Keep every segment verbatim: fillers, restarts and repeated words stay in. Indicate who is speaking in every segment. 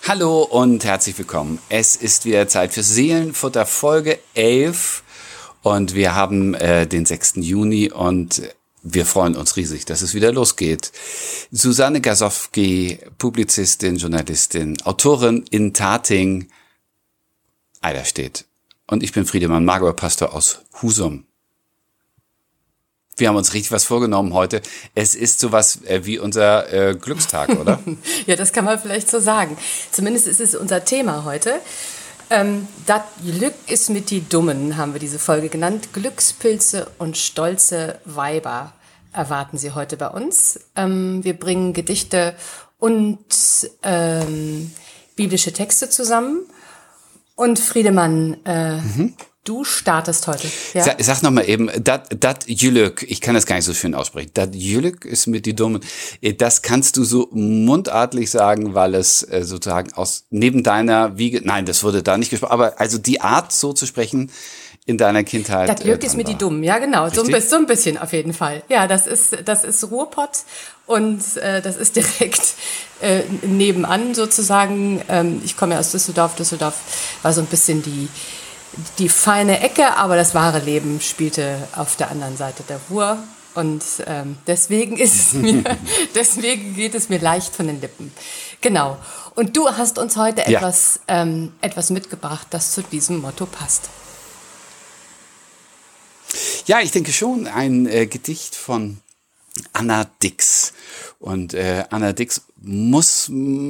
Speaker 1: Hallo und herzlich willkommen. Es ist wieder Zeit für Seelenfutter Folge elf und wir haben äh, den sechsten Juni und wir freuen uns riesig, dass es wieder losgeht. Susanne Gasowski, Publizistin, Journalistin, Autorin in Tating, Eiderstedt. Und ich bin Friedemann Margot, Pastor aus Husum. Wir haben uns richtig was vorgenommen heute. Es ist sowas äh, wie unser äh, Glückstag, oder?
Speaker 2: Ja, das kann man vielleicht so sagen. Zumindest ist es unser Thema heute. Ähm, das Glück ist mit die Dummen, haben wir diese Folge genannt. Glückspilze und stolze Weiber erwarten Sie heute bei uns. Ähm, wir bringen Gedichte und ähm, biblische Texte zusammen. Und Friedemann, äh, mhm. Du startest heute. Ja?
Speaker 1: Sag, sag noch mal eben, dat Jülük, ich kann das gar nicht so schön aussprechen. Dat Jülük ist mit die Dummen. Das kannst du so mundartlich sagen, weil es äh, sozusagen aus neben deiner Wiege, nein, das wurde da nicht gesprochen, aber also die Art so zu sprechen in deiner Kindheit.
Speaker 2: Dat Jülük äh, ist mit die Dummen, ja genau, so ein, so ein bisschen auf jeden Fall. Ja, das ist das ist Ruhrpott und äh, das ist direkt äh, nebenan sozusagen. Ähm, ich komme ja aus Düsseldorf. Düsseldorf war so ein bisschen die Die feine Ecke, aber das wahre Leben spielte auf der anderen Seite der Ruhr. Und ähm, deswegen ist es mir, deswegen geht es mir leicht von den Lippen. Genau. Und du hast uns heute ja. etwas, ähm, etwas mitgebracht, das zu diesem Motto passt.
Speaker 1: Ja, ich denke schon, ein äh, Gedicht von Anna Dix. Und äh, Anna Dix muss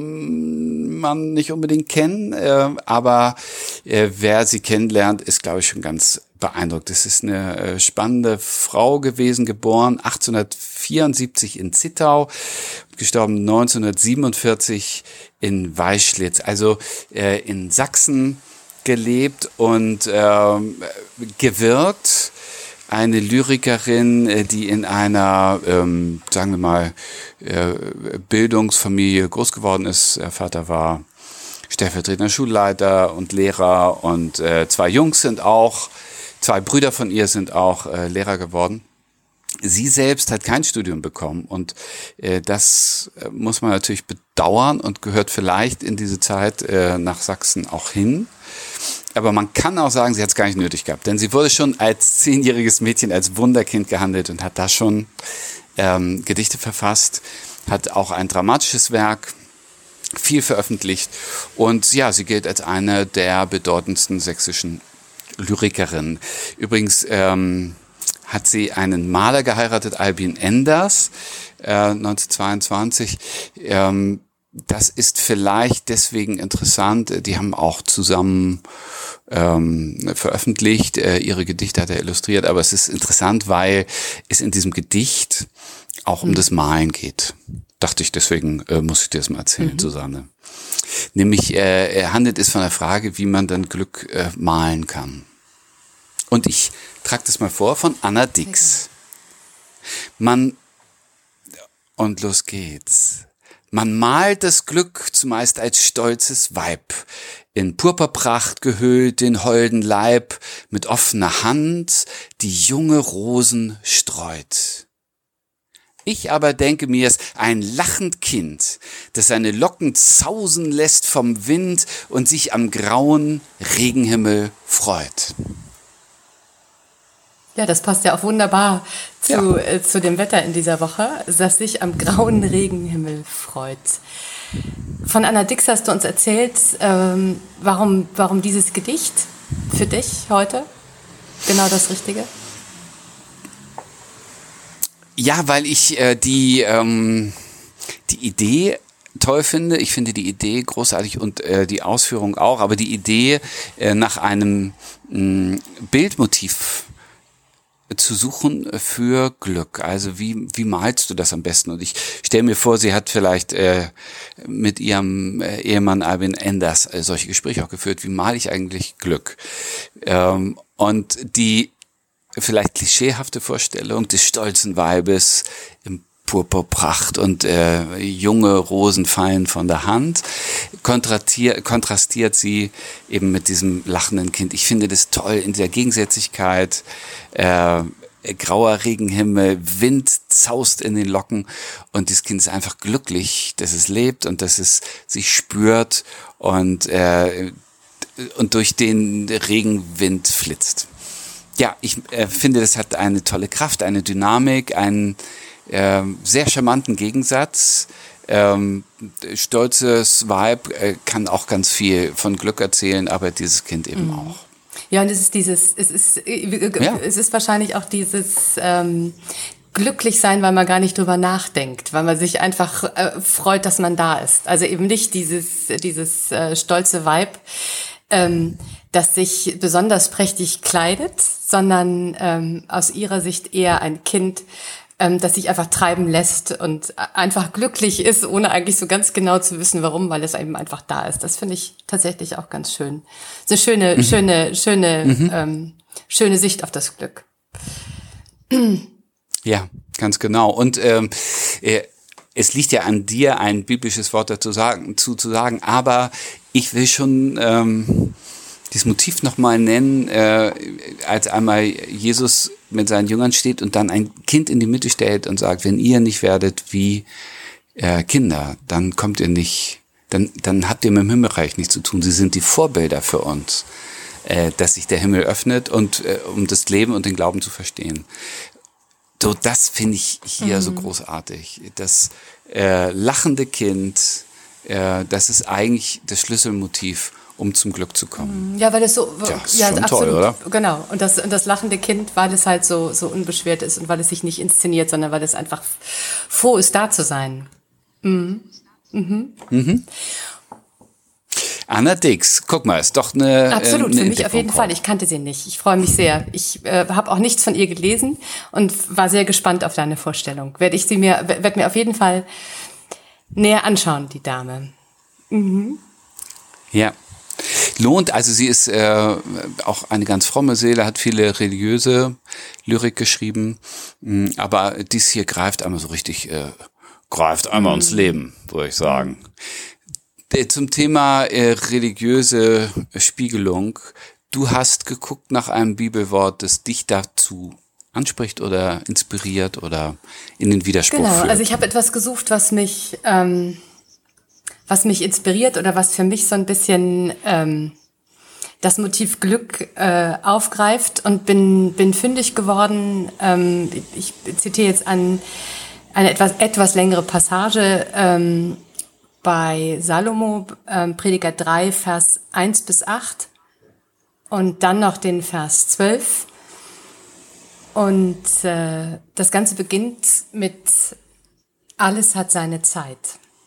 Speaker 1: man nicht unbedingt kennen, äh, aber äh, wer sie kennenlernt, ist, glaube ich, schon ganz beeindruckt. Es ist eine äh, spannende Frau gewesen, geboren achtzehnhundertvierundsiebzig in Zittau, gestorben neunzehnhundertsiebenundvierzig in Weischlitz, also äh, in Sachsen gelebt und äh, gewirkt. Eine Lyrikerin, die in einer, ähm, sagen wir mal, äh, Bildungsfamilie groß geworden ist. Der Vater war stellvertretender Schulleiter und Lehrer und äh, zwei Jungs sind auch, zwei Brüder von ihr sind auch äh, Lehrer geworden. Sie selbst hat kein Studium bekommen und äh, das muss man natürlich bedauern und gehört vielleicht in diese Zeit äh, nach Sachsen auch hin. Aber man kann auch sagen, sie hat es gar nicht nötig gehabt, denn sie wurde schon als zehnjähriges Mädchen als Wunderkind gehandelt und hat da schon ähm, Gedichte verfasst, hat auch ein dramatisches Werk, viel veröffentlicht und ja, sie gilt als eine der bedeutendsten sächsischen Lyrikerinnen. Übrigens ähm, hat sie einen Maler geheiratet, Albin Enders, äh, neunzehnhundertzweiundzwanzig. Ähm, das ist vielleicht deswegen interessant. Die haben auch zusammen ähm, veröffentlicht. Äh, ihre Gedichte hat er illustriert. Aber es ist interessant, weil es in diesem Gedicht auch um mhm. das Malen geht. Dachte ich, deswegen äh, muss ich dir das mal erzählen, mhm. Susanne. Nämlich äh, handelt es von der Frage, wie man dann Glück äh, malen kann. Und ich trage das mal vor von Anna Dix. Man, und los geht's. Man malt das Glück zumeist als stolzes Weib, in Purpurpracht gehüllt den holden Leib, mit offener Hand die junge Rosen streut. Ich aber denke mir's, ein lachend Kind, das seine Locken zausen lässt vom Wind und sich am grauen Regenhimmel freut.
Speaker 2: Ja, das passt ja auch wunderbar zu, ja. äh, zu dem Wetter in dieser Woche, das sich am grauen Regenhimmel freut. Von Anna Dix hast du uns erzählt, ähm, warum, warum dieses Gedicht für dich heute genau das Richtige?
Speaker 1: Ja, weil ich äh, die, ähm, die Idee toll finde. Ich finde die Idee großartig und äh, die Ausführung auch, aber die Idee äh, nach einem mh, Bildmotiv zu suchen für Glück. Also wie wie malst du das am besten? Und ich stelle mir vor, sie hat vielleicht äh, mit ihrem äh, Ehemann Albin Enders äh, solche Gespräche auch geführt. Wie male ich eigentlich Glück? Ähm, und die vielleicht klischeehafte Vorstellung des stolzen Weibes im Purpurpracht und äh, junge Rosen fallen von der Hand, kontrastiert, kontrastiert sie eben mit diesem lachenden Kind. Ich finde das toll in dieser Gegensätzlichkeit, äh, äh, grauer Regenhimmel, Wind zaust in den Locken und das Kind ist einfach glücklich, dass es lebt und dass es sich spürt und, äh, und durch den Regenwind flitzt. Ja, ich äh, finde, das hat eine tolle Kraft, eine Dynamik, einen äh, sehr charmanten Gegensatz. Ähm, stolzes Vibe äh, kann auch ganz viel von Glück erzählen, aber dieses Kind eben mhm. auch.
Speaker 2: Ja, und es ist dieses, es ist, ja. es ist wahrscheinlich auch dieses ähm, glücklich sein, weil man gar nicht drüber nachdenkt, weil man sich einfach äh, freut, dass man da ist. Also eben nicht dieses, dieses äh, stolze Vibe, ähm, das sich besonders prächtig kleidet, sondern ähm, aus ihrer Sicht eher ein Kind, ähm, das sich einfach treiben lässt und einfach glücklich ist, ohne eigentlich so ganz genau zu wissen, warum, weil es eben einfach da ist. Das finde ich tatsächlich auch ganz schön. So schöne, mhm. schöne, schöne, mhm. ähm, schöne Sicht auf das Glück.
Speaker 1: Ja, ganz genau. Und ähm, äh, es liegt ja an dir, ein biblisches Wort dazu sagen, zu, zu sagen, aber ich will schon ähm, dieses Motiv nochmal nennen, äh, als einmal Jesus mit seinen Jüngern steht und dann ein Kind in die Mitte stellt und sagt, wenn ihr nicht werdet wie äh, Kinder, dann kommt ihr nicht, dann, dann habt ihr mit dem Himmelreich nichts zu tun. Sie sind die Vorbilder für uns, äh, dass sich der Himmel öffnet und äh, um das Leben und den Glauben zu verstehen. So, das finde ich hier mhm. so großartig. Das äh, lachende Kind, äh, das ist eigentlich das Schlüsselmotiv, um zum Glück zu kommen.
Speaker 2: Ja, weil es so,
Speaker 1: ja, ist
Speaker 2: ja,
Speaker 1: schon
Speaker 2: absolut,
Speaker 1: toll, oder?
Speaker 2: Genau. Und das, und das lachende Kind, weil es halt so, so unbeschwert ist und weil es sich nicht inszeniert, sondern weil es einfach froh ist, da zu sein. Mhm. Mhm.
Speaker 1: Mhm. Anna Dix, guck mal, ist doch eine
Speaker 2: Absolut,
Speaker 1: eine
Speaker 2: für mich auf jeden Fall. Ich kannte sie nicht. Ich freue mich sehr. Ich äh, habe auch nichts von ihr gelesen und war sehr gespannt auf deine Vorstellung. Werde ich sie mir, werde mir auf jeden Fall näher anschauen, die Dame. Mhm.
Speaker 1: Ja. Lohnt, also sie ist äh, auch eine ganz fromme Seele, hat viele religiöse Lyrik geschrieben, aber dies hier greift einmal so richtig, äh, greift einmal mhm. ums Leben, würde ich sagen. Zum Thema äh, religiöse Spiegelung, du hast geguckt nach einem Bibelwort, das dich dazu anspricht oder inspiriert oder in den Widerspruch
Speaker 2: genau,
Speaker 1: führt.
Speaker 2: Genau, also ich habe etwas gesucht, was mich... Ähm was mich inspiriert oder was für mich so ein bisschen ähm, das Motiv Glück äh, aufgreift und bin bin fündig geworden. Ähm, ich zitiere jetzt an eine etwas etwas längere Passage ähm, bei Salomo, ähm, Prediger drei, Vers eins bis acht und dann noch den Vers zwölf. Und äh, das Ganze beginnt mit alles hat seine Zeit.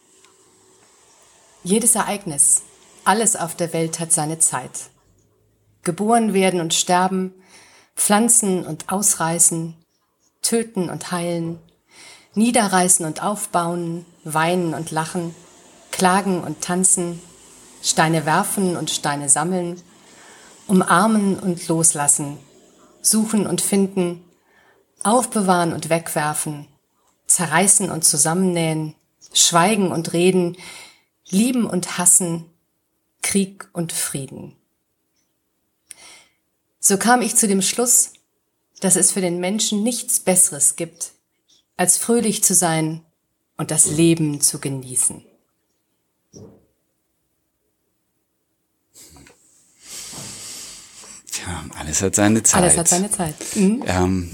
Speaker 2: Jedes Ereignis, alles auf der Welt hat seine Zeit. Geboren werden und sterben, pflanzen und ausreißen, töten und heilen, niederreißen und aufbauen, weinen und lachen, klagen und tanzen, Steine werfen und Steine sammeln, umarmen und loslassen, suchen und finden, aufbewahren und wegwerfen, zerreißen und zusammennähen, schweigen und reden, Lieben und Hassen, Krieg und Frieden. So kam ich zu dem Schluss, dass es für den Menschen nichts Besseres gibt, als fröhlich zu sein und das Leben zu genießen.
Speaker 1: Tja, alles hat seine Zeit.
Speaker 2: Alles hat seine Zeit. Mhm.
Speaker 1: Ähm,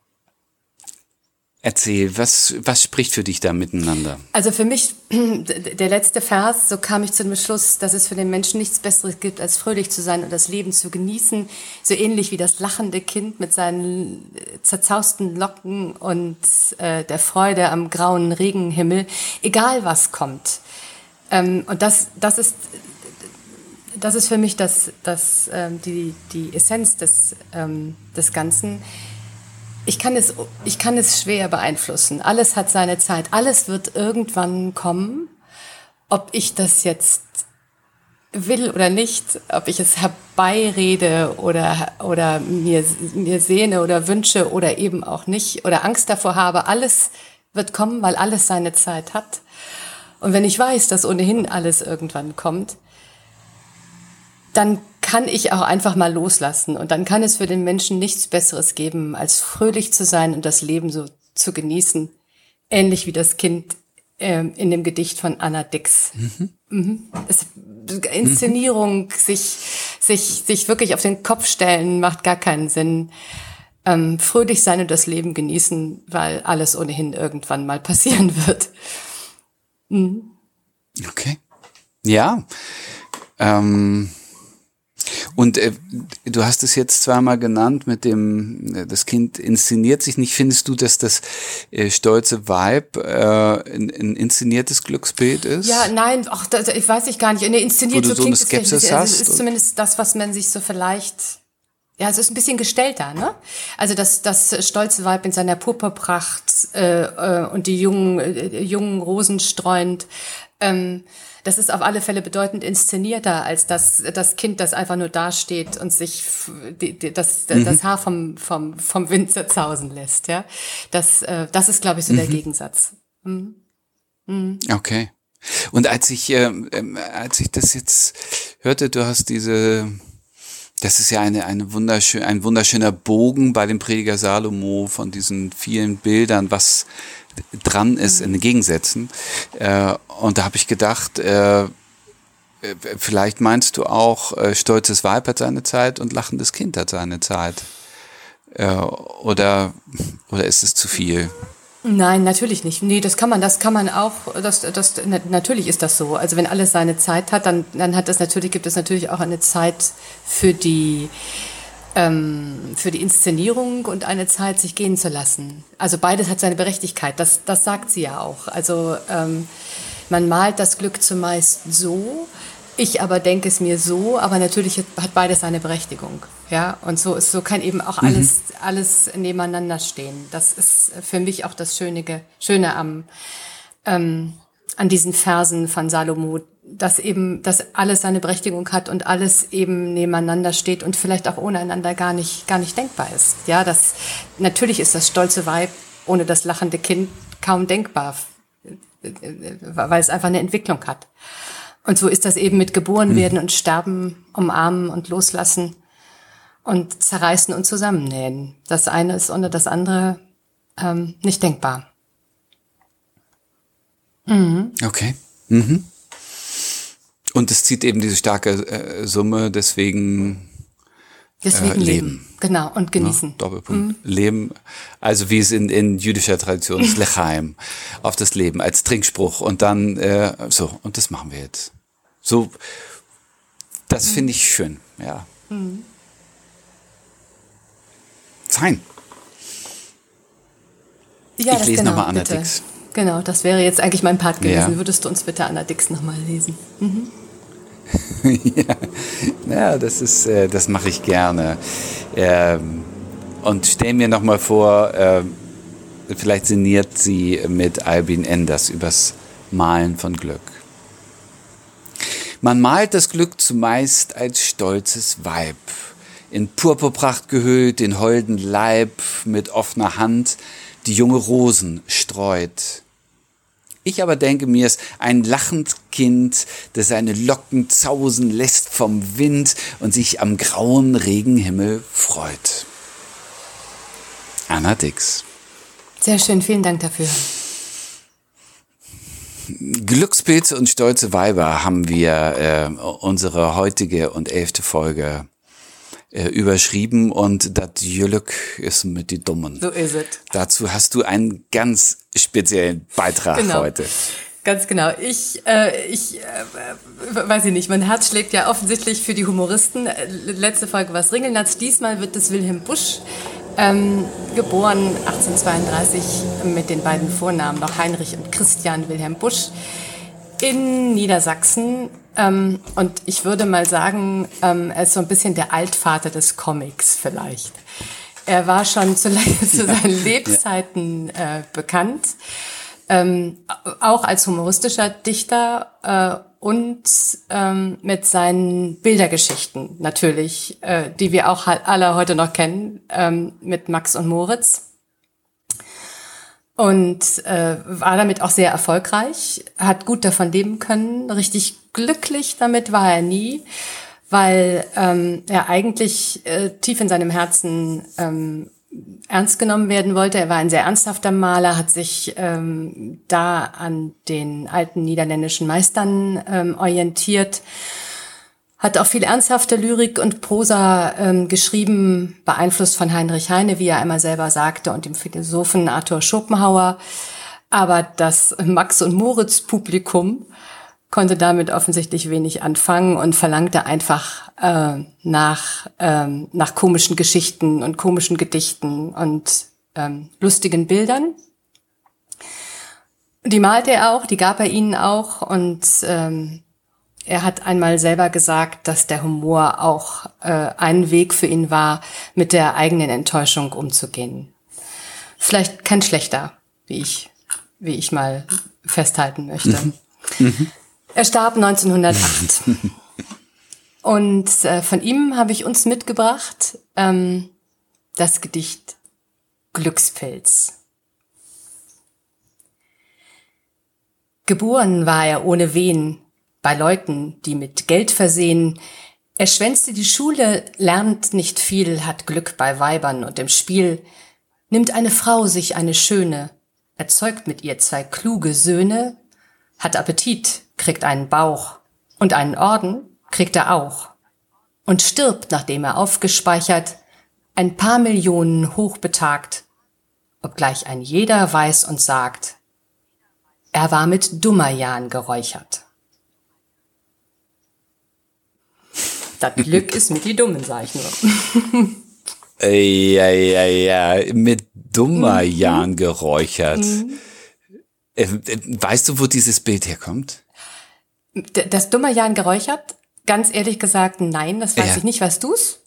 Speaker 1: Erzähl, was, was spricht für dich da miteinander?
Speaker 2: Also für mich, der letzte Vers, so kam ich zu dem Schluss, dass es für den Menschen nichts Besseres gibt, als fröhlich zu sein und das Leben zu genießen. So ähnlich wie das lachende Kind mit seinen zerzausten Locken und äh, der Freude am grauen Regenhimmel, egal was kommt. Ähm, und das, das ist, das ist für mich das, das, ähm, die, die Essenz des, ähm, des Ganzen. Ich kann es, ich kann es schwer beeinflussen. Alles hat seine Zeit. Alles wird irgendwann kommen. Ob ich das jetzt will oder nicht, ob ich es herbeirede oder, oder mir, mir sehne oder wünsche oder eben auch nicht oder Angst davor habe, alles wird kommen, weil alles seine Zeit hat. Und wenn ich weiß, dass ohnehin alles irgendwann kommt, dann kann ich auch einfach mal loslassen. Und dann kann es für den Menschen nichts Besseres geben, als fröhlich zu sein und das Leben so zu genießen. Ähnlich wie das Kind ähm, in dem Gedicht von Anna Dix. Mhm. Mhm. Es, Inszenierung, mhm. sich, sich, sich wirklich auf den Kopf stellen, macht gar keinen Sinn. Ähm, fröhlich sein und das Leben genießen, weil alles ohnehin irgendwann mal passieren wird. Mhm.
Speaker 1: Okay. Ja. Ähm. Und äh, du hast es jetzt zweimal genannt mit dem, äh, das Kind inszeniert sich nicht. Findest du, dass das äh, stolze Vibe äh, ein, ein inszeniertes Glücksbild ist?
Speaker 2: Ja, nein, ach, das, ich weiß ich gar nicht. Nee, inszeniert
Speaker 1: Wo du
Speaker 2: so
Speaker 1: so eine
Speaker 2: klingt
Speaker 1: Skepsis
Speaker 2: es,
Speaker 1: hast?
Speaker 2: es ist zumindest das, was man sich so vielleicht... Ja, es ist ein bisschen gestellter, ne? Also das, das stolze Weib in seiner Purpurpracht äh, äh, und die jungen, äh, jungen Rosen streuend, ähm, das ist auf alle Fälle bedeutend inszenierter als das, das Kind, das einfach nur dasteht und sich die, die, das, mhm. das Haar vom, vom, vom Wind zerzausen lässt, ja? Das, äh, das ist, glaube ich, so mhm. der Gegensatz. Mhm.
Speaker 1: Mhm. Okay. Und als ich, äh, als ich das jetzt hörte, du hast diese... Das ist ja eine, eine wunderschön, ein wunderschöner Bogen bei dem Prediger Salomo von diesen vielen Bildern, was dran ist in den Gegensätzen. Äh, und da habe ich gedacht, äh, vielleicht meinst du auch, äh, stolzes Weib hat seine Zeit und lachendes Kind hat seine Zeit. Äh, oder, oder ist es zu viel?
Speaker 2: Nein, natürlich nicht. Nee, das kann man, das kann man auch, das, das, natürlich ist das so. Also wenn alles seine Zeit hat, dann, dann hat das natürlich, gibt es natürlich auch eine Zeit für die, ähm, für die Inszenierung und eine Zeit, sich gehen zu lassen. Also beides hat seine Berechtigkeit. Das, das sagt sie ja auch. Also, ähm, man malt das Glück zumeist so, ich aber denke es mir so, aber natürlich hat beides seine Berechtigung, ja. Und so ist, so kann eben auch alles, mhm. alles nebeneinander stehen. Das ist für mich auch das Schöne, Schöne am, ähm, an diesen Versen von Salomo, dass eben, dass alles seine Berechtigung hat und alles eben nebeneinander steht und vielleicht auch ohne einander gar nicht, gar nicht denkbar ist. Ja, das, natürlich ist das stolze Weib ohne das lachende Kind kaum denkbar, weil es einfach eine Entwicklung hat. Und so ist das eben mit geboren werden und sterben, umarmen und loslassen und zerreißen und zusammennähen. Das eine ist ohne das andere ähm, nicht denkbar.
Speaker 1: Mhm. Okay. Mhm. Und es zieht eben diese starke äh, Summe, deswegen,
Speaker 2: deswegen
Speaker 1: äh, leben.
Speaker 2: leben. Genau, und genießen.
Speaker 1: Ja, Doppelpunkt. Mhm. Leben, also wie es in, in jüdischer Tradition ist, Lechaim, auf das Leben als Trinkspruch. Und dann, äh, so, und das machen wir jetzt. So, das mhm. finde ich schön, ja. Mhm. Fein.
Speaker 2: Ja,
Speaker 1: ich lese
Speaker 2: genau,
Speaker 1: nochmal Anna
Speaker 2: bitte.
Speaker 1: Dix.
Speaker 2: Genau, das wäre jetzt eigentlich mein Part gewesen.
Speaker 1: Ja.
Speaker 2: Würdest du uns bitte Anna Dix nochmal lesen? Mhm.
Speaker 1: ja. ja, das ist, äh, das mache ich gerne. Ähm, und stell mir nochmal vor, äh, vielleicht sinniert sie mit Albin Enders übers Malen von Glück. Man malt das Glück zumeist als stolzes Weib, in Purpurpracht gehüllt, den holden Leib mit offener Hand, die junge Rosen streut. Ich aber denke mir's, ein lachend Kind, das seine Locken zausen lässt vom Wind und sich am grauen Regenhimmel freut. Anna Dix.
Speaker 2: Sehr schön, vielen Dank dafür.
Speaker 1: Glückspilze und stolze Weiber haben wir äh, unsere heutige und elfte Folge äh, überschrieben und das Glück ist mit die Dummen.
Speaker 2: So ist es.
Speaker 1: Dazu hast du einen ganz speziellen Beitrag
Speaker 2: genau.
Speaker 1: heute.
Speaker 2: Ganz genau. Ich, äh, ich äh, weiß ich nicht, mein Herz schlägt ja offensichtlich für die Humoristen. Letzte Folge war es Ringelnatz, diesmal wird es Wilhelm Busch. Ähm, geboren achtzehnhundertzweiunddreißig mit den beiden Vornamen noch Heinrich und Christian Wilhelm Busch in Niedersachsen. Ähm, und ich würde mal sagen, ähm, er ist so ein bisschen der Altvater des Comics vielleicht. Er war schon zu, zu seinen Lebzeiten äh, bekannt, ähm, auch als humoristischer Dichter äh, und ähm, mit seinen Bildergeschichten natürlich, äh, die wir auch alle heute noch kennen, ähm, mit Max und Moritz. Und äh, war damit auch sehr erfolgreich, hat gut davon leben können, richtig glücklich damit war er nie. weil ähm, er eigentlich äh, tief in seinem Herzen ähm, ernst genommen werden wollte. Er war ein sehr ernsthafter Maler, hat sich ähm, da an den alten niederländischen Meistern ähm, orientiert, hat auch viel ernsthafte Lyrik und Prosa ähm, geschrieben, beeinflusst von Heinrich Heine, wie er einmal selber sagte, und dem Philosophen Arthur Schopenhauer. Aber das Max- und Moritz-Publikum konnte damit offensichtlich wenig anfangen und verlangte einfach äh, nach ähm, nach komischen Geschichten und komischen Gedichten und ähm, lustigen Bildern. Die malte er auch, die gab er ihnen auch, und ähm, er hat einmal selber gesagt, dass der Humor auch äh, ein Weg für ihn war, mit der eigenen Enttäuschung umzugehen. Vielleicht kein schlechter, wie ich wie ich mal festhalten möchte. Mhm. Er starb neunzehnhundertacht. Und äh, von ihm habe ich uns mitgebracht ähm, das Gedicht Glückspilz. Geboren war er ohne Wehen, bei Leuten, die mit Geld versehen. Er schwänzte die Schule, lernt nicht viel, hat Glück bei Weibern und im Spiel. Nimmt eine Frau sich eine schöne, erzeugt mit ihr zwei kluge Söhne, hat Appetit, kriegt einen Bauch und einen Orden kriegt er auch und stirbt, nachdem er aufgespeichert, ein paar Millionen hochbetagt, obgleich ein jeder weiß und sagt, er war mit Dummerjahn geräuchert. Das Glück ist mit die Dummen, sag ich nur.
Speaker 1: Ja, ja, ja, mit Dummerjahn mhm. geräuchert. Mhm. Weißt du, wo dieses Bild herkommt?
Speaker 2: Das Dummerjahn geräuchert? Ganz ehrlich gesagt, nein, das weiß ja. ich nicht. Weißt du's?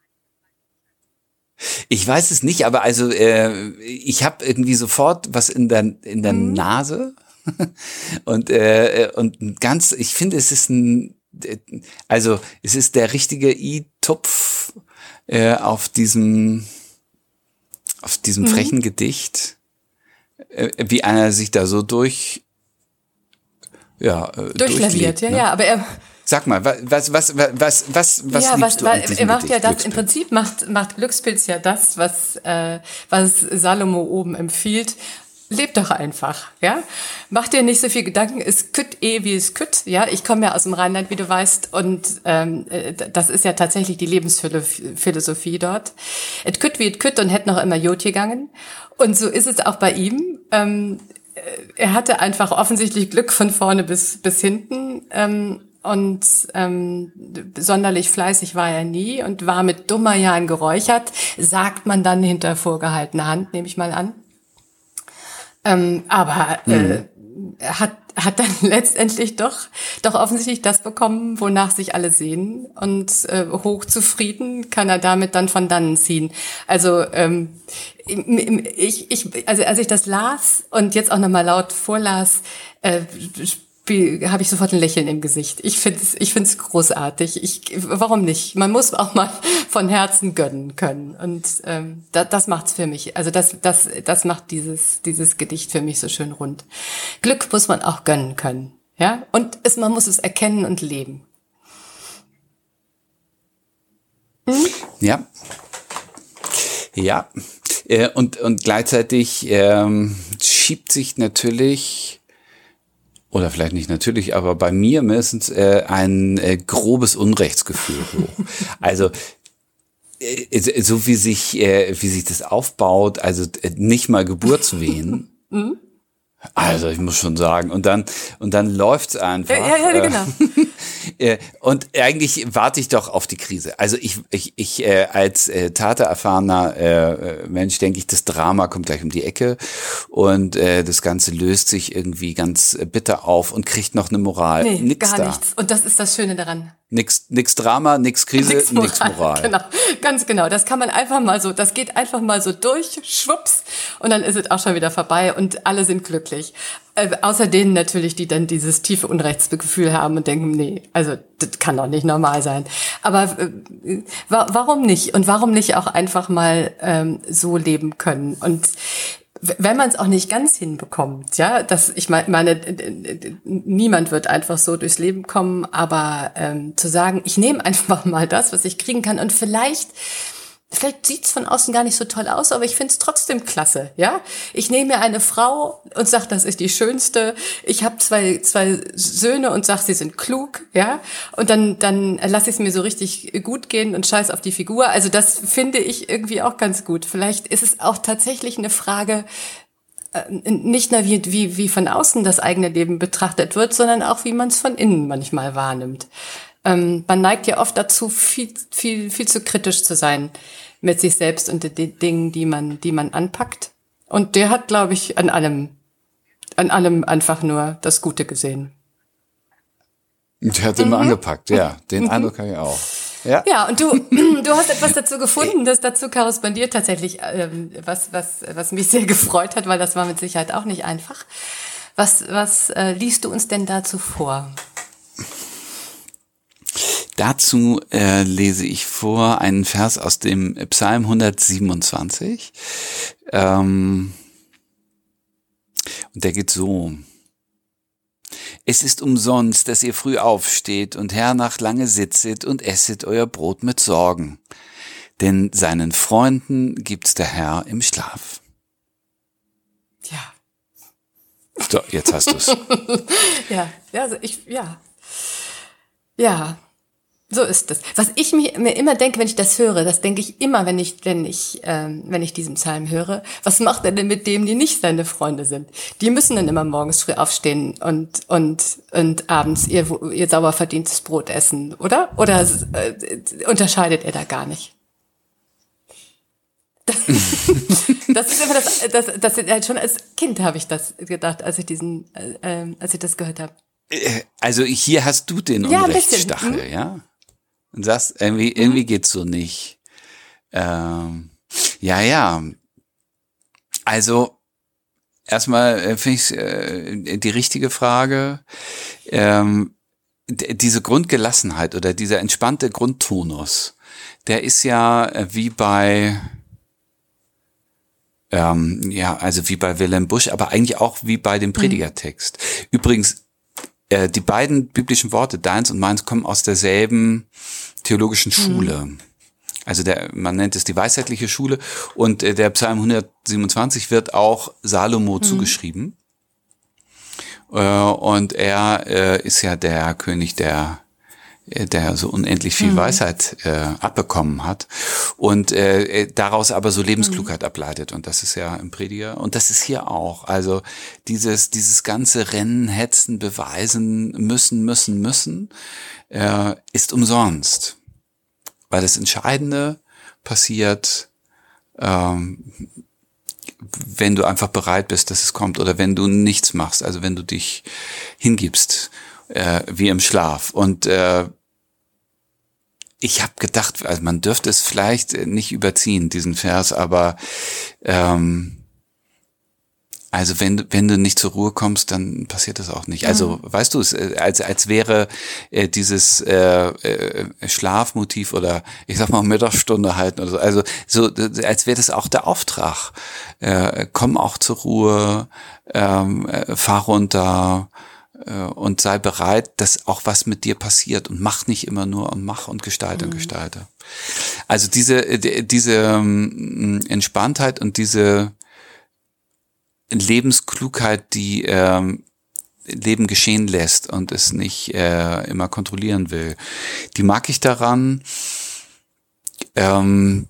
Speaker 1: Ich weiß es nicht, aber also äh, ich habe irgendwie sofort was in der in der mhm. Nase und äh, und ganz. Ich finde, es ist ein also es ist der richtige i-Tupf äh, auf diesem auf diesem mhm. frechen Gedicht. Wie einer sich da so durch, ja,
Speaker 2: durchlaviert, ja, ne? ja, aber er.
Speaker 1: Sag mal, was, was, was, was, was, was
Speaker 2: ja,
Speaker 1: liebst
Speaker 2: was,
Speaker 1: du an
Speaker 2: er macht
Speaker 1: Gedicht,
Speaker 2: ja das, im Prinzip macht, macht Glückspilz ja das, was, äh, was Salomo oben empfiehlt. Leb doch einfach, ja. Mach dir nicht so viel Gedanken, es kütt eh, wie es kütt, ja. Ich komme ja aus dem Rheinland, wie du weißt, und ähm, das ist ja tatsächlich die Lebensphilosophie dort. Et kütt wie et kütt und hätt noch immer Jod gegangen. Und so ist es auch bei ihm. Ähm, er hatte einfach offensichtlich Glück von vorne bis bis hinten. Ähm, und ähm, sonderlich fleißig war er nie und war mit Dummerjahn geräuchert, sagt man dann hinter vorgehaltener Hand, nehme ich mal an. Ähm, aber äh, hat hat dann letztendlich doch doch offensichtlich das bekommen, wonach sich alle sehen, und äh, hochzufrieden kann er damit dann von dannen ziehen. Also ähm, ich ich also als ich das las und jetzt auch nochmal laut vorlas, äh, habe ich sofort ein Lächeln im Gesicht. Ich finde es ich finde es großartig. Ich warum nicht? Man muss auch mal von Herzen gönnen können, und ähm, das, das macht's für mich. Also das das das macht dieses dieses Gedicht für mich so schön rund. Glück muss man auch gönnen können, ja? Und es, man muss es erkennen und leben.
Speaker 1: Hm? Ja. Ja. Äh, und und gleichzeitig ähm, schiebt sich natürlich, oder vielleicht nicht natürlich, aber bei mir mindestens äh, ein äh, grobes Unrechtsgefühl hoch. Also äh, so wie sich äh, wie sich das aufbaut, also äh, nicht mal Geburtswehen. Mhm. Also ich muss schon sagen, und dann und dann läuft's einfach.
Speaker 2: Ja, ja, ja, genau.
Speaker 1: Äh, und eigentlich warte ich doch auf die Krise. Also ich ich ich äh, als äh, tatererfahrener äh, Mensch denke ich, das Drama kommt gleich um die Ecke und äh, das Ganze löst sich irgendwie ganz äh, bitter auf und kriegt noch eine Moral.
Speaker 2: Nee,
Speaker 1: nix
Speaker 2: gar
Speaker 1: da.
Speaker 2: nichts. Und das ist das Schöne daran.
Speaker 1: Nix, nix Drama, nix Krise, nix Moral. Nix Moral.
Speaker 2: Genau, ganz genau. Das kann man einfach mal so, das geht einfach mal so durch, schwupps, und dann ist es auch schon wieder vorbei und alle sind glücklich. Äh, außer denen natürlich, die dann dieses tiefe Unrechtsgefühl haben und denken, nee, also das kann doch nicht normal sein. Aber äh, wa- warum nicht? Und warum nicht auch einfach mal ähm, so leben können? Und wenn man es auch nicht ganz hinbekommt, ja, das, ich meine, niemand wird einfach so durchs Leben kommen, aber ähm, zu sagen, ich nehme einfach mal das, was ich kriegen kann und vielleicht Vielleicht sieht's von außen gar nicht so toll aus, aber ich find's trotzdem klasse, ja. Ich nehme mir eine Frau und sag, das ist die schönste. Ich habe zwei zwei Söhne und sag, sie sind klug, ja. Und dann dann lasse ich es mir so richtig gut gehen und scheiß auf die Figur. Also das finde ich irgendwie auch ganz gut. Vielleicht ist es auch tatsächlich eine Frage, nicht nur wie wie wie von außen das eigene Leben betrachtet wird, sondern auch wie man es von innen manchmal wahrnimmt. Ähm, man neigt ja oft dazu, viel, viel, viel zu kritisch zu sein mit sich selbst und den Dingen, die man, die man anpackt. Und der hat, glaube ich, an allem, an allem einfach nur das Gute gesehen.
Speaker 1: Der hat immer mhm. angepackt, ja. Den mhm. Eindruck habe ich auch. Ja,
Speaker 2: ja, und du, du hast etwas dazu gefunden, das dazu korrespondiert tatsächlich, ähm, was, was, was mich sehr gefreut hat, weil das war mit Sicherheit auch nicht einfach. Was, was äh, liest du uns denn dazu vor?
Speaker 1: Dazu äh, lese ich vor einen Vers aus dem Psalm hundertsiebenundzwanzig. Ähm, und der geht so. Es ist umsonst, dass ihr früh aufsteht und hernach lange sitzet und esset euer Brot mit Sorgen. Denn seinen Freunden gibt's der Herr im Schlaf.
Speaker 2: Ja.
Speaker 1: So, jetzt hast du's.
Speaker 2: ja, ja, also ich, ja. Ja. So ist es. Was ich mir, mir immer denke, wenn ich das höre, das denke ich immer, wenn ich, wenn ich, ähm, wenn ich diesen Psalm höre. Was macht er denn mit denen, die nicht seine Freunde sind? Die müssen dann immer morgens früh aufstehen und und und abends ihr ihr sauber verdientes Brot essen, oder? Oder äh, unterscheidet er da gar nicht? Das, das ist immer das, das, das, das schon als Kind habe ich das gedacht, als ich diesen, äh, als ich das gehört habe.
Speaker 1: Also hier hast du den
Speaker 2: ja,
Speaker 1: Unrechtsstachel, hm? ja? Und sagst, irgendwie, irgendwie geht's so nicht. Ähm, ja, ja. Also, erstmal äh, finde ich äh, die richtige Frage. Ähm, d- diese Grundgelassenheit oder dieser entspannte Grundtonus, der ist ja äh, wie bei, ähm, ja, also wie bei Wilhelm Busch, aber eigentlich auch wie bei dem Predigertext. Mhm. Übrigens, die beiden biblischen Worte, deins und meins, kommen aus derselben theologischen Schule. Mhm. Also der, man nennt es die weisheitliche Schule und der Psalm hundertsiebenundzwanzig wird auch Salomo mhm. zugeschrieben. Und er ist ja der König, der der so unendlich viel mhm. Weisheit äh, abbekommen hat und äh, daraus aber so Lebensklugheit mhm. ableitet, und das ist ja im Prediger und das ist hier auch, also dieses dieses ganze Rennen, Hetzen, Beweisen, müssen, müssen, müssen äh, ist umsonst, weil das Entscheidende passiert, ähm, wenn du einfach bereit bist, dass es kommt, oder wenn du nichts machst, also wenn du dich hingibst, äh, wie im Schlaf. Und äh, ich habe gedacht, also man dürfte es vielleicht nicht überziehen, diesen Vers, aber ähm, also wenn, wenn du nicht zur Ruhe kommst, dann passiert das auch nicht. Also mhm. weißt du, es als als wäre äh, dieses äh, äh, Schlafmotiv oder ich sag mal Mittagsstunde halten oder so, also so als wäre das auch der Auftrag. Äh, komm auch zur Ruhe, ähm, äh, fahr runter äh, und sei bereit, dass auch was mit dir passiert, und mach nicht immer nur und mach und gestalte mhm. und gestalte. Also diese diese ähm, Entspanntheit und diese Lebensklugheit, die ähm, Leben geschehen lässt und es nicht äh, immer kontrollieren will, die mag ich daran. Ähm,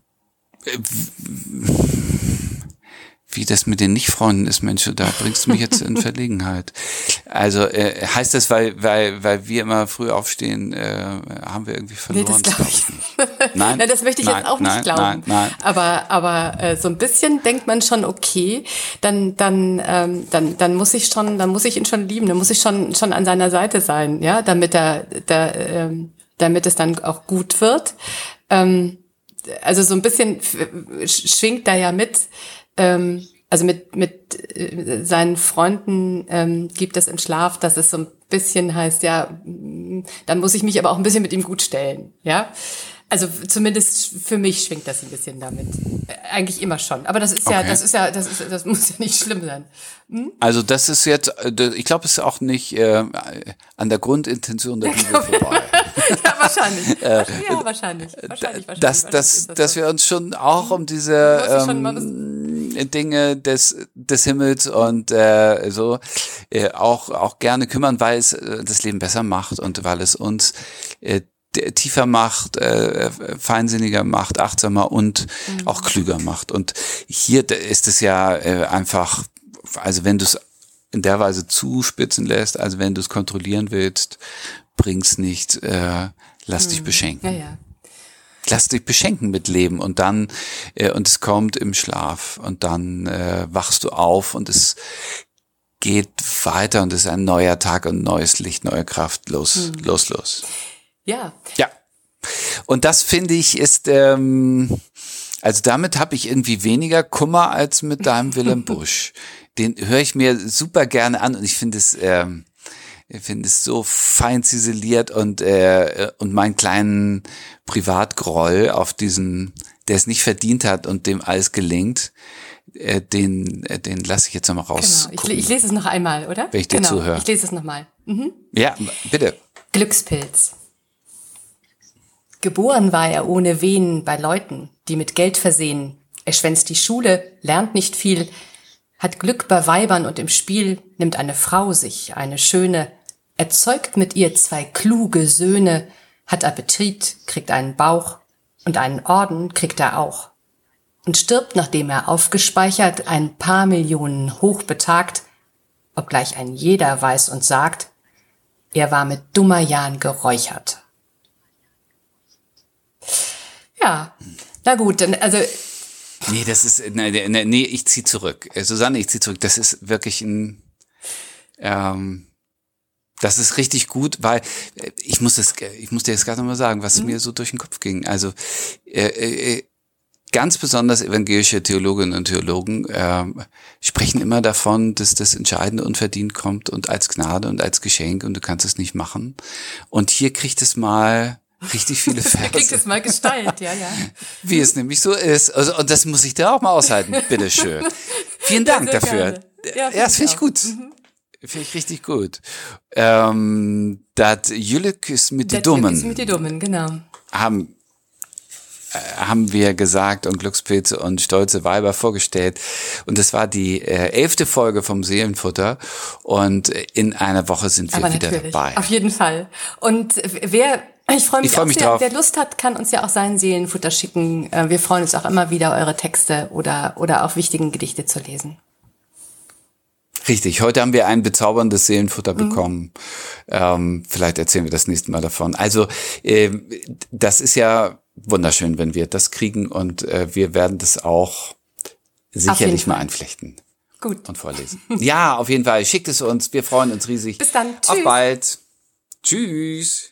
Speaker 1: wie das mit den Nicht-Freunden ist, Mensch, da bringst du mich jetzt in Verlegenheit. Also äh, heißt das, weil weil weil wir immer früh aufstehen, äh, haben wir irgendwie verloren?
Speaker 2: Nee, das glaube ich nicht. Nein, nein, das möchte ich nein, jetzt auch nicht
Speaker 1: nein,
Speaker 2: glauben.
Speaker 1: Nein, nein.
Speaker 2: Aber aber äh, so ein bisschen denkt man schon, okay, dann dann ähm, dann dann muss ich schon, dann muss ich ihn schon lieben, dann muss ich schon schon an seiner Seite sein, ja, damit er da ähm, damit es dann auch gut wird. Ähm, also so ein bisschen schwingt da ja mit. Ähm, also mit mit äh, seinen Freunden ähm, gibt es im Schlaf, dass es so ein bisschen heißt, ja, dann muss ich mich aber auch ein bisschen mit ihm gut stellen, ja. Also zumindest für mich schwingt das ein bisschen damit. Eigentlich immer schon. Aber das ist ja,
Speaker 1: Okay.
Speaker 2: das ist ja, das ist, das muss ja nicht schlimm sein. Hm?
Speaker 1: Also das ist jetzt, ich glaube, es ist auch nicht äh, an der Grundintention der Bibel vorbei.
Speaker 2: Ja, wahrscheinlich. Äh, ja, wahrscheinlich. Wahrscheinlich, wahrscheinlich.
Speaker 1: Dass,
Speaker 2: wahrscheinlich
Speaker 1: dass,
Speaker 2: ist das
Speaker 1: dass
Speaker 2: so.
Speaker 1: wir uns schon auch um diese
Speaker 2: Muss ich schon mal
Speaker 1: ähm, Dinge des des Himmels und äh, so äh, auch auch gerne kümmern, weil es äh, das Leben besser macht und weil es uns äh, tiefer macht, äh, feinsinniger macht, achtsamer und mhm. auch klüger macht. Und hier ist es ja äh, einfach, also wenn du es in der Weise zuspitzen lässt, also wenn du es kontrollieren willst, bring's nicht, äh, lass mhm. dich beschenken.
Speaker 2: Ja, ja.
Speaker 1: Lass dich beschenken mit Leben und dann, äh, und es kommt im Schlaf und dann äh, wachst du auf und es geht weiter und es ist ein neuer Tag und neues Licht, neue Kraft, los, mhm. los, los.
Speaker 2: Ja.
Speaker 1: Ja. Und das finde ich ist, ähm, also damit habe ich irgendwie weniger Kummer als mit deinem Willem Busch. Den höre ich mir super gerne an und ich finde es, ähm, ich finde es so fein ziseliert und äh, und meinen kleinen Privatgroll auf diesen, der es nicht verdient hat und dem alles gelingt, äh, den äh, den lasse ich jetzt nochmal raus.
Speaker 2: Genau. Ich, ich lese es noch einmal, oder?
Speaker 1: Wenn ich dir
Speaker 2: genau.
Speaker 1: zuhöre.
Speaker 2: Ich lese es nochmal. Mhm.
Speaker 1: Ja, bitte.
Speaker 2: Glückspilz. Geboren war er ohne Wehen bei Leuten, die mit Geld versehen. Er schwänzt die Schule, lernt nicht viel, hat Glück bei Weibern und im Spiel, nimmt eine Frau sich, eine schöne, erzeugt mit ihr zwei kluge Söhne, hat Appetit, kriegt einen Bauch und einen Orden kriegt er auch. Und stirbt, nachdem er aufgespeichert, ein paar Millionen hochbetagt, obgleich ein jeder weiß und sagt, er war mit dummer Jahn geräuchert. Ja, na gut, dann, also.
Speaker 1: Nee, das ist, nee, nee, nee ich zieh zurück. Susanne, ich zieh zurück. Das ist wirklich ein, ähm, das ist richtig gut, weil ich muss das, ich muss dir jetzt gerade nochmal sagen, was mhm. mir so durch den Kopf ging. Also, äh, äh, ganz besonders evangelische Theologinnen und Theologen äh, sprechen immer davon, dass das Entscheidende unverdient kommt und als Gnade und als Geschenk und du kannst es nicht machen. Und hier kriegt es mal richtig viele Verse.
Speaker 2: Kriegt es mal Gestalt, ja, ja.
Speaker 1: Wie es nämlich so ist. Also, und das muss ich dir auch mal aushalten. Bitteschön. Vielen Dank ja, dafür. Gerne. Ja, ja, das finde ich gut. Mhm. Finde ich richtig gut. Ähm, dat Jülük ist mit die Dummen.
Speaker 2: Ist mit die Dummen, genau.
Speaker 1: Haben haben wir gesagt und Glückspilze und stolze Weiber vorgestellt. Und das war die äh, elfte Folge vom Seelenfutter. Und in einer Woche sind wir
Speaker 2: Aber
Speaker 1: wieder
Speaker 2: natürlich,
Speaker 1: dabei.
Speaker 2: Auf jeden Fall. Und wer, ich freue mich,
Speaker 1: ich freu
Speaker 2: auch
Speaker 1: mich
Speaker 2: sehr,
Speaker 1: drauf.
Speaker 2: wer Lust hat, kann uns ja auch sein Seelenfutter schicken. Wir freuen uns auch immer wieder, eure Texte oder, oder auch wichtigen Gedichte zu lesen.
Speaker 1: Richtig, heute haben wir ein bezauberndes Seelenfutter mhm. bekommen. Ähm, vielleicht erzählen wir das nächste Mal davon. Also äh, das ist ja wunderschön, wenn wir das kriegen und äh, wir werden das auch sicherlich mal einflechten.
Speaker 2: Gut.
Speaker 1: Und vorlesen. Ja, auf jeden Fall. Schickt es uns. Wir freuen uns riesig.
Speaker 2: Bis dann. Tschüss.
Speaker 1: Auf bald. Tschüss.